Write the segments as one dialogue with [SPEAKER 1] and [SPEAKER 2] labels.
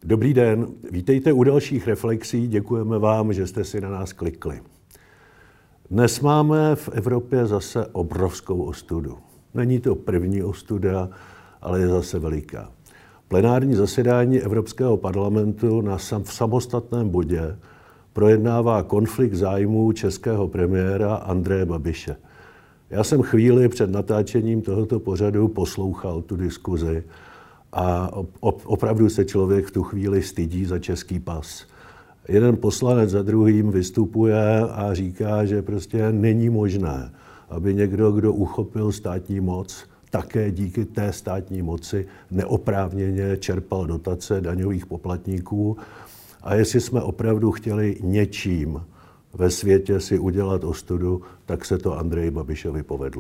[SPEAKER 1] Dobrý den, vítejte u dalších reflexí, děkujeme vám, že jste si na nás klikli. Dnes máme v Evropě zase obrovskou ostudu. Není to první ostuda, ale je zase veliká. Plenární zasedání Evropského parlamentu v samostatném bodě projednává konflikt zájmů českého premiéra Andreje Babiše. Já jsem chvíli před natáčením tohoto pořadu poslouchal tu diskuzi a opravdu se člověk v tu chvíli stydí za český pas. Jeden poslanec za druhým vystupuje a říká, že prostě není možné, aby někdo, kdo uchopil státní moc, také díky té státní moci neoprávněně čerpal dotace daňových poplatníků. A jestli jsme opravdu chtěli něčím ve světě si udělat ostudu, tak se to Andreji Babišovi povedlo.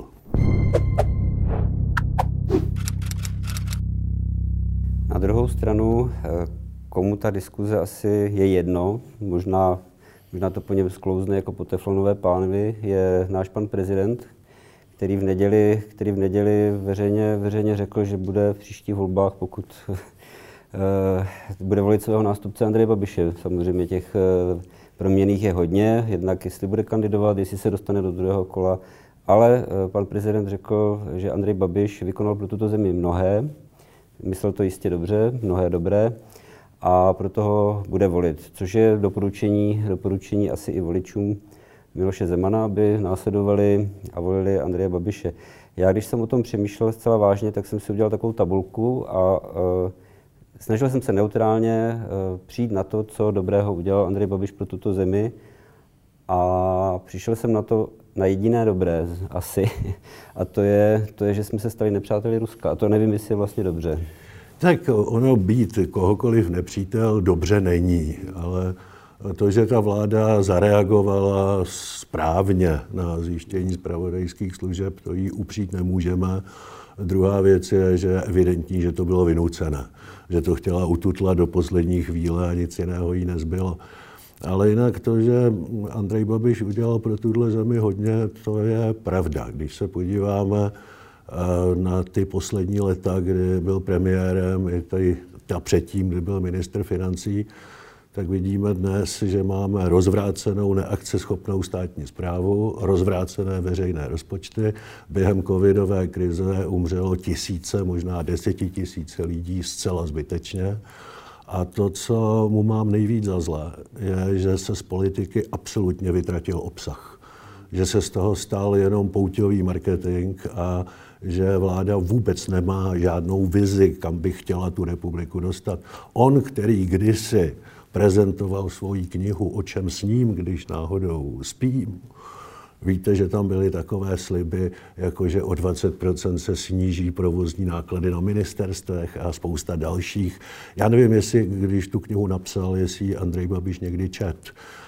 [SPEAKER 2] Na druhou stranu, komu ta diskuze asi je jedno, možná to po něm sklouzne jako po teflonové pánvi, je náš pan prezident, který v neděli veřejně řekl, že bude v příštích volbách, pokud bude volit svého nástupce Andreje Babiše. Samozřejmě těch proměnných je hodně, jednak jestli bude kandidovat, jestli se dostane do druhého kola, ale pan prezident řekl, že Andrej Babiš vykonal pro tuto zemi mnohé, myslel to jistě dobře, mnohé dobré, a proto ho bude volit, což je doporučení asi i voličům Miloše Zemana, aby následovali a volili Andreje Babiše. Já, když jsem o tom přemýšlel zcela vážně, tak jsem si udělal takovou tabulku a snažil jsem se neutrálně přijít na to, co dobrého udělal Andrej Babiš pro tuto zemi, a přišel jsem na jediné dobré asi, a to je, že jsme se stali nepřáteli Ruska. A to nevím, jestli je vlastně dobře.
[SPEAKER 1] Tak ono být kohokoliv nepřítel dobře není, ale to, že ta vláda zareagovala správně na zjištění zpravodajských služeb, to jí upřít nemůžeme. Druhá věc je, že je evidentní, že to bylo vynucené, že to chtěla ututlat do poslední chvíle a nic jiného jí nezbylo. Ale jinak to, že Andrej Babiš udělal pro tuhle zemi hodně, to je pravda. Když se podíváme na ty poslední léta, kdy byl premiérem, a předtím, kdy byl ministr financí, tak vidíme dnes, že máme rozvrácenou, neakceschopnou státní správu, rozvrácené veřejné rozpočty. Během covidové krize umřelo tisíce, možná 10 000 lidí zcela zbytečně. A to, co mu mám nejvíc za zlé, je, že se z politiky absolutně vytratil obsah. Že se z toho stal jenom pouťový marketing a že vláda vůbec nemá žádnou vizi, kam by chtěla tu republiku dostat. On, který kdysi prezentoval svoji knihu O čem sním, když náhodou spím, víte, že tam byly takové sliby, jako že o 20% se sníží provozní náklady na ministerstvech a spousta dalších. Já nevím, jestli, když tu knihu napsal, jestli ji Andrej Babiš někdy čet,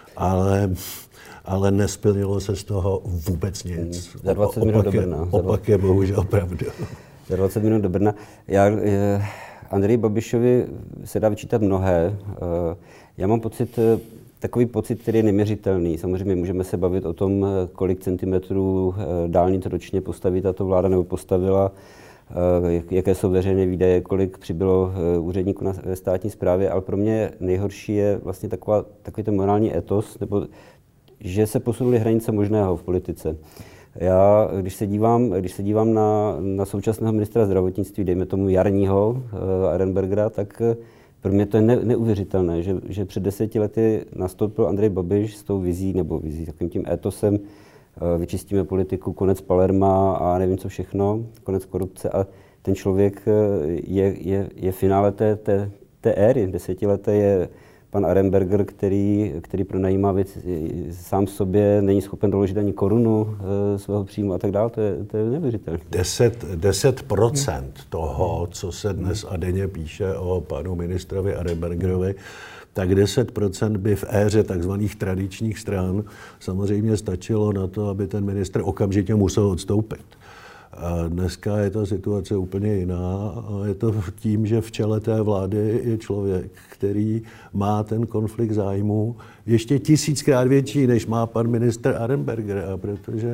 [SPEAKER 1] ale nesplnilo se z toho vůbec nic.
[SPEAKER 2] Za 20 minut do Brna.
[SPEAKER 1] Opak je bohužel pravda.
[SPEAKER 2] Za 20 minut do Brna. Andreji Babišovi se dá vyčítat mnohé. Já mám takový pocit, který je neměřitelný. Samozřejmě můžeme se bavit o tom, kolik centimetrů dálnic ročně postaví tato vláda nebo postavila, jaké jsou veřejné výdaje, kolik přibylo úředníků ve státní správě, ale pro mě nejhorší je vlastně takový ten morální etos, nebo že se posunuly hranice možného v politice. Já, když se dívám na současného ministra zdravotnictví, dejme tomu jarního Arenbergera, tak pro mě to je neuvěřitelné, že před 10 lety nastoupil Andrej Babiš s tou vizí, takovým tím etosem, vyčistíme politiku, konec Palerma a nevím co všechno, konec korupce, a ten člověk je finále té éry. 10leté je pan Arenberger, který pronajímá věc sám sobě, není schopen doložit ani korunu svého příjmu a tak dále, to je neuvěřitelné.
[SPEAKER 1] 10% toho, co se dnes a denně píše o panu ministrovi Arenbergerovi, tak 10% by v éře takzvaných tradičních stran samozřejmě stačilo na to, aby ten ministr okamžitě musel odstoupit. A dneska je ta situace úplně jiná. Je to tím, že v čele té vlády je člověk, který má ten konflikt zájmů ještě 1000krát větší, než má pan ministr Arenberger. A protože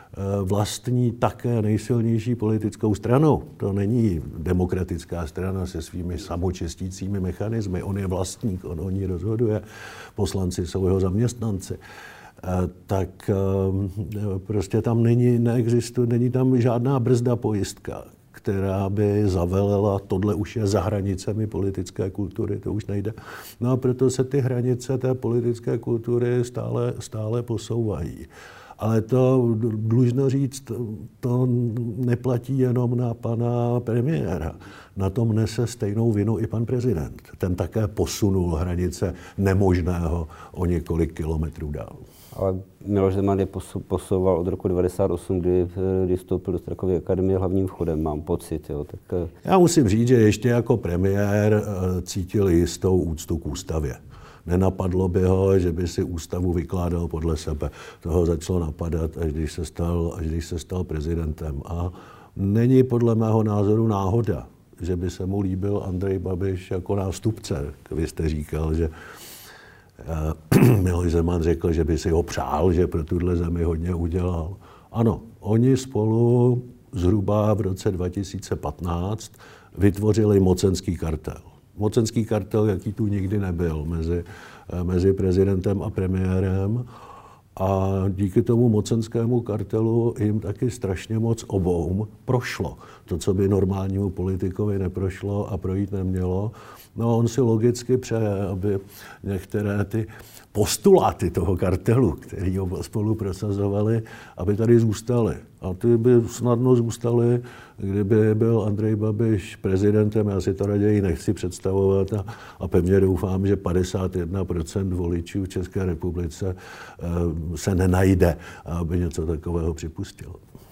[SPEAKER 1] vlastní také nejsilnější politickou stranu. To není demokratická strana se svými samočistícími mechanismy. On je vlastník, on o ní rozhoduje. Poslanci jsou jeho zaměstnanci. Tak prostě tam není tam žádná brzda pojistka, která by zavelela, tohle už je za hranicemi politické kultury, to už nejde. No a proto se ty hranice té politické kultury stále posouvají. Ale to, dlužno říct, to neplatí jenom na pana premiéra. Na tom nese stejnou vinu i pan prezident. Ten také posunul hranice nemožného o několik kilometrů dál.
[SPEAKER 2] Ale Miloš Zeman je posouval od roku 1998, kdy vstoupil do Strakovy akademie hlavním vchodem, mám pocit. Jo, tak...
[SPEAKER 1] Já musím říct, že ještě jako premiér cítil jistou úctu k ústavě. Nenapadlo by ho, že by si ústavu vykládal podle sebe. Toho začalo napadat, až když se stal prezidentem. A není podle mého názoru náhoda, že by se mu líbil Andrej Babiš jako nástupce. Vy jste říkal, že Miloš Zeman řekl, že by si ho přál, že pro tuhle zemi hodně udělal. Ano, oni spolu zhruba v roce 2015 vytvořili mocenský kartel. Mocenský kartel, jaký tu nikdy nebyl mezi prezidentem a premiérem. A díky tomu mocenskému kartelu jim taky strašně moc obou prošlo. To, co by normálnímu politikovi neprošlo a projít nemělo. No on si logicky přeje, aby některé ty postuláty toho kartelu, který ho spolu prosazovali, aby tady zůstaly. A ty by snadno zůstaly, kdyby byl Andrej Babiš prezidentem. Já si to raději nechci představovat a pevně doufám, že 51% voličů v České republice se nenajde, aby něco takového připustil.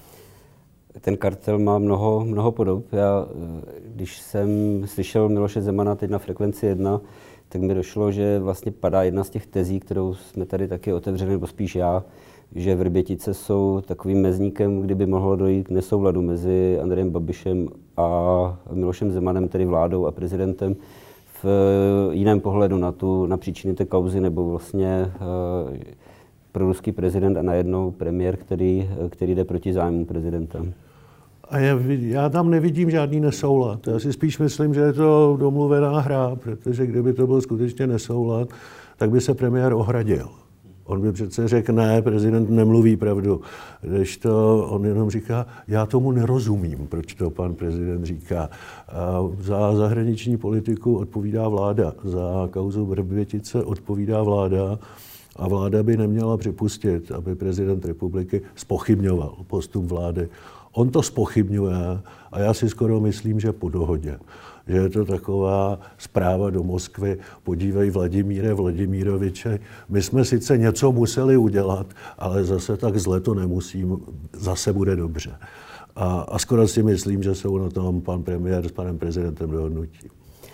[SPEAKER 2] Ten kartel má mnoho podob. Já, když jsem slyšel Miloše Zemana teď na Frekvenci 1, tak mi došlo, že vlastně padá jedna z těch tezí, kterou jsme tady taky otevřeli, nebo spíš já, že Vrbětice jsou takovým mezníkem, kdyby mohlo dojít k nesouladu mezi Andrejem Babišem a Milošem Zemanem, tedy vládou a prezidentem, v jiném pohledu na příčiny té kauzy, nebo vlastně proruský prezident a najednou premiér, který jde proti zájmu prezidenta.
[SPEAKER 1] A já tam nevidím žádný nesoulad. Já si spíš myslím, že je to domluvená hra, protože kdyby to byl skutečně nesoulad, tak by se premiér ohradil. On by přece řekl, ne, prezident nemluví pravdu. Kdežto on jenom říká, já tomu nerozumím, proč to pan prezident říká. Za zahraniční politiku odpovídá vláda, za kauzu Vrbětice odpovídá vláda a vláda by neměla připustit, aby prezident republiky zpochybňoval postup vlády. On to zpochybňuje a já si skoro myslím, že po dohodě. Že je to taková zpráva do Moskvy, podívej Vladimíre Vladimíroviče, my jsme sice něco museli udělat, ale zase tak zle to nemusím, zase bude dobře. A skoro si myslím, že jsou na tom pan premiér s panem prezidentem dohodnutí.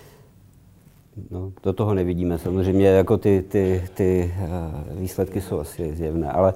[SPEAKER 2] No, do toho nevidíme. Samozřejmě jako ty výsledky jsou asi zjevné, ale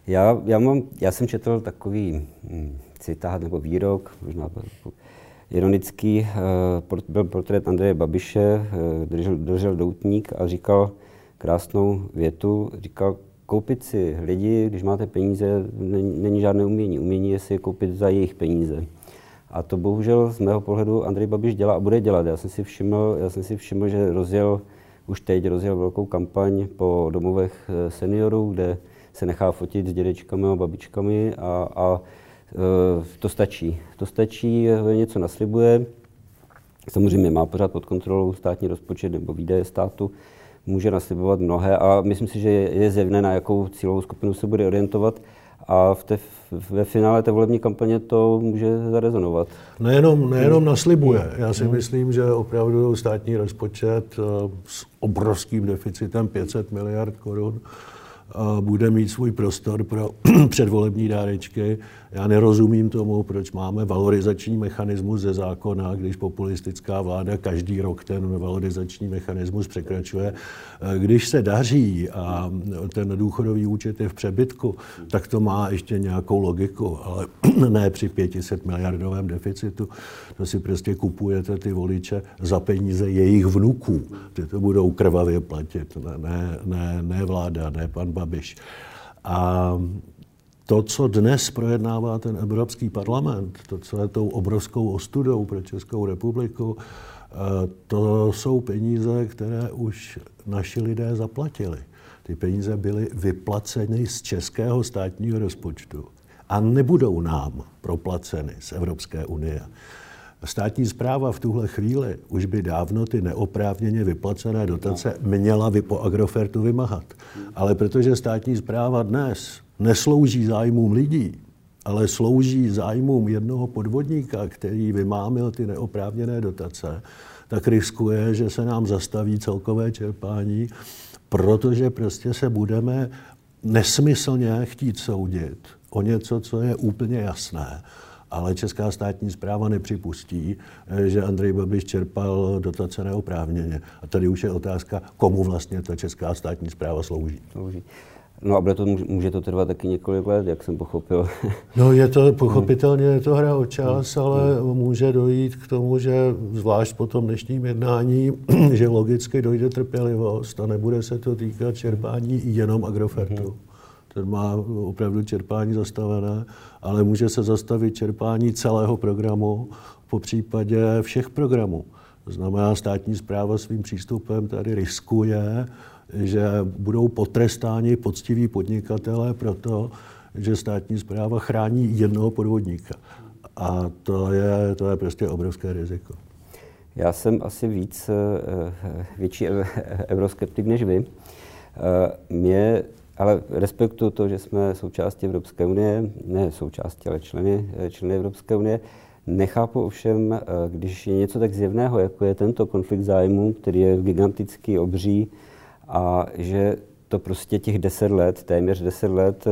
[SPEAKER 2] já jsem četl takový citát nebo výrok, možná ironický, byl portrét Andreje Babiše, držel doutník a říkal krásnou větu, říkal, koupit si lidi, když máte peníze, není žádné umění. Umění je si je koupit za jejich peníze. A to bohužel z mého pohledu Andrej Babiš dělá a bude dělat. Já jsem si všiml, že už teď rozjel velkou kampaň po domovech seniorů, kde se nechá fotit s dědečkami a babičkami a to stačí. To stačí, něco naslibuje. Samozřejmě má pořád pod kontrolou státní rozpočet nebo výdaje státu. Může naslibovat mnohé a myslím si, že je zjevné, na jakou cílovou skupinu se bude orientovat. A ve finále té volební kampaně to může zarezonovat.
[SPEAKER 1] Nejenom naslibuje. Já si myslím, že opravdu státní rozpočet s obrovským deficitem 500 miliard korun bude mít svůj prostor pro předvolební dárečky. Já nerozumím tomu, proč máme valorizační mechanismus ze zákona, když populistická vláda každý rok ten valorizační mechanismus překračuje. Když se daří a ten důchodový účet je v přebytku, tak to má ještě nějakou logiku, ale ne při 500 miliardovém deficitu. To si prostě kupujete ty voliče za peníze jejich vnuků. Ty to budou krvavě platit, ne vláda, ne pan Babiš. A to, co dnes projednává ten Evropský parlament, to, co je tou obrovskou ostudou pro Českou republiku, to jsou peníze, které už naši lidé zaplatili. Ty peníze byly vyplaceny z českého státního rozpočtu a nebudou nám proplaceny z Evropské unie. Státní správa v tuhle chvíli už by dávno ty neoprávněně vyplacené dotace měla po Agrofertu vymáhat. Ale protože státní správa dnes neslouží zájmům lidí, ale slouží zájmům jednoho podvodníka, který vymámil ty neoprávněné dotace, tak riskuje, že se nám zastaví celkové čerpání, protože prostě se budeme nesmyslně chtít soudit o něco, co je úplně jasné. Ale česká státní správa nepřipustí, že Andrej Babiš čerpal dotace neoprávněně. A tady už je otázka, komu vlastně ta česká státní správa slouží.
[SPEAKER 2] No a může to trvat taky několik let, jak jsem pochopil.
[SPEAKER 1] No je to, pochopitelně je to hra o čas, ale může dojít k tomu, že zvlášť po tom dnešním jednání, že logicky dojde trpělivost a nebude se to týkat čerpání jenom Agrofertu. Ten má opravdu čerpání zastavené, ale může se zastavit čerpání celého programu, po případě všech programů. To znamená, státní správa svým přístupem tady riskuje, že budou potrestáni poctiví podnikatelé proto, že státní správa chrání jednoho podvodníka. A to je prostě obrovské riziko.
[SPEAKER 2] Já jsem asi větší euroskeptik než vy. Ale respektuju to, že jsme součástí Evropské unie, ne součástí, ale členy Evropské unie. Nechápu ovšem, když je něco tak zjevného, jako je tento konflikt zájmů, který je gigantický, obří, a že to prostě těch 10 let, téměř 10 let,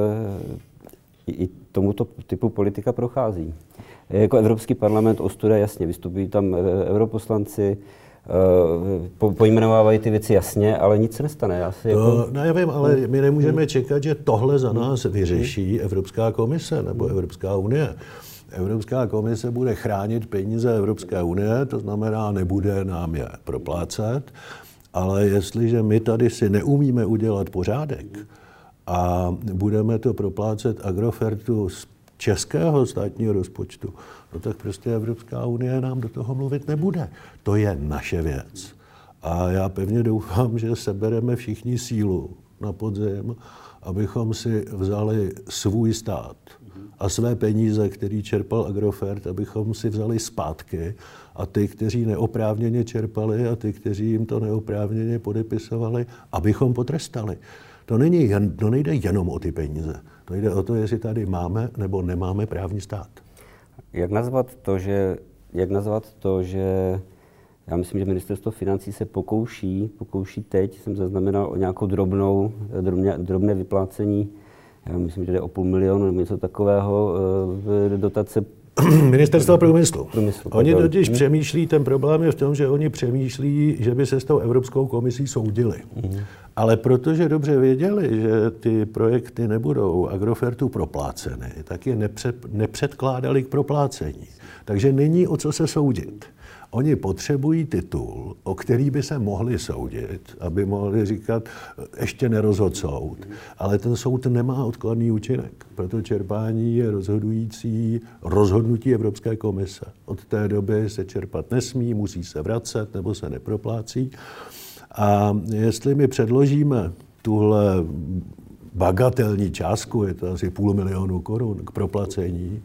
[SPEAKER 2] i tomuto typu politika prochází. Jako Evropský parlament ostuda, jasně, vystupují tam europoslanci, pojmenovávají ty věci jasně, ale nic se nestane.
[SPEAKER 1] Já vím, ale my nemůžeme čekat, že tohle za nás vyřeší Evropská komise nebo Evropská unie. Evropská komise bude chránit peníze Evropské unie, to znamená, nebude nám je proplácet, ale jestliže my tady si neumíme udělat pořádek a budeme to proplácet Agrofertu z českého státního rozpočtu, no tak prostě Evropská unie nám do toho mluvit nebude. To je naše věc. A já pevně doufám, že sebereme všichni sílu na podzim, abychom si vzali svůj stát a své peníze, který čerpal Agrofert, abychom si vzali zpátky a ty, kteří neoprávněně čerpali a ty, kteří jim to neoprávněně podepisovali, abychom potrestali. To nejde jenom o ty peníze. To jde o to, jestli tady máme nebo nemáme právní stát.
[SPEAKER 2] Jak nazvat to, že já myslím, že ministerstvo financí se pokouší teď, jsem zaznamenal o nějakou drobné vyplácení, já myslím, že jde o 500 000 nebo něco takového, dotace.
[SPEAKER 1] Ministerstva průmyslu. Oni totiž přemýšlí, ten problém je v tom, že oni přemýšlí, že by se s tou Evropskou komisí soudili. Ale protože dobře věděli, že ty projekty nebudou Agrofertu propláceny, tak je nepředkládali k proplácení. Takže není o co se soudit. Oni potřebují titul, o který by se mohli soudit, aby mohli říkat, ještě nerozhodl soud. Ale ten soud nemá odkladný účinek. Proto čerpání je rozhodující rozhodnutí Evropské komise. Od té doby se čerpat nesmí, musí se vracet nebo se neproplácí. A jestli my předložíme tuhle bagatelní částku, je to asi 500 000 korun k proplacení,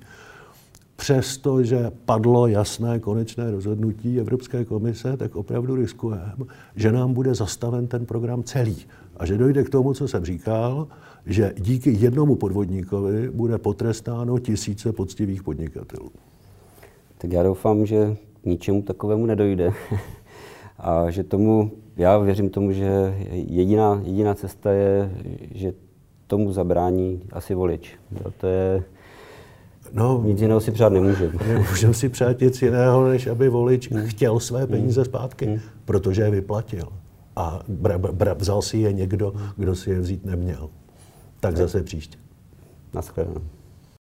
[SPEAKER 1] přestože padlo jasné konečné rozhodnutí Evropské komise, tak opravdu riskujeme, že nám bude zastaven ten program celý. A že dojde k tomu, co jsem říkal, že díky jednomu podvodníkovi bude potrestáno tisíce poctivých podnikatelů.
[SPEAKER 2] Tak já doufám, že k ničemu takovému nedojde. A že já věřím tomu, že jediná cesta je, že tomu zabrání asi volič. To je... Nic jiného si přát nemůžeme.
[SPEAKER 1] Nemůžeme si přát nic jiného, než aby volič chtěl své peníze zpátky, protože je vyplatil. A vzal si je někdo, kdo si je vzít neměl. Tak zase příště.
[SPEAKER 2] Naschledanou.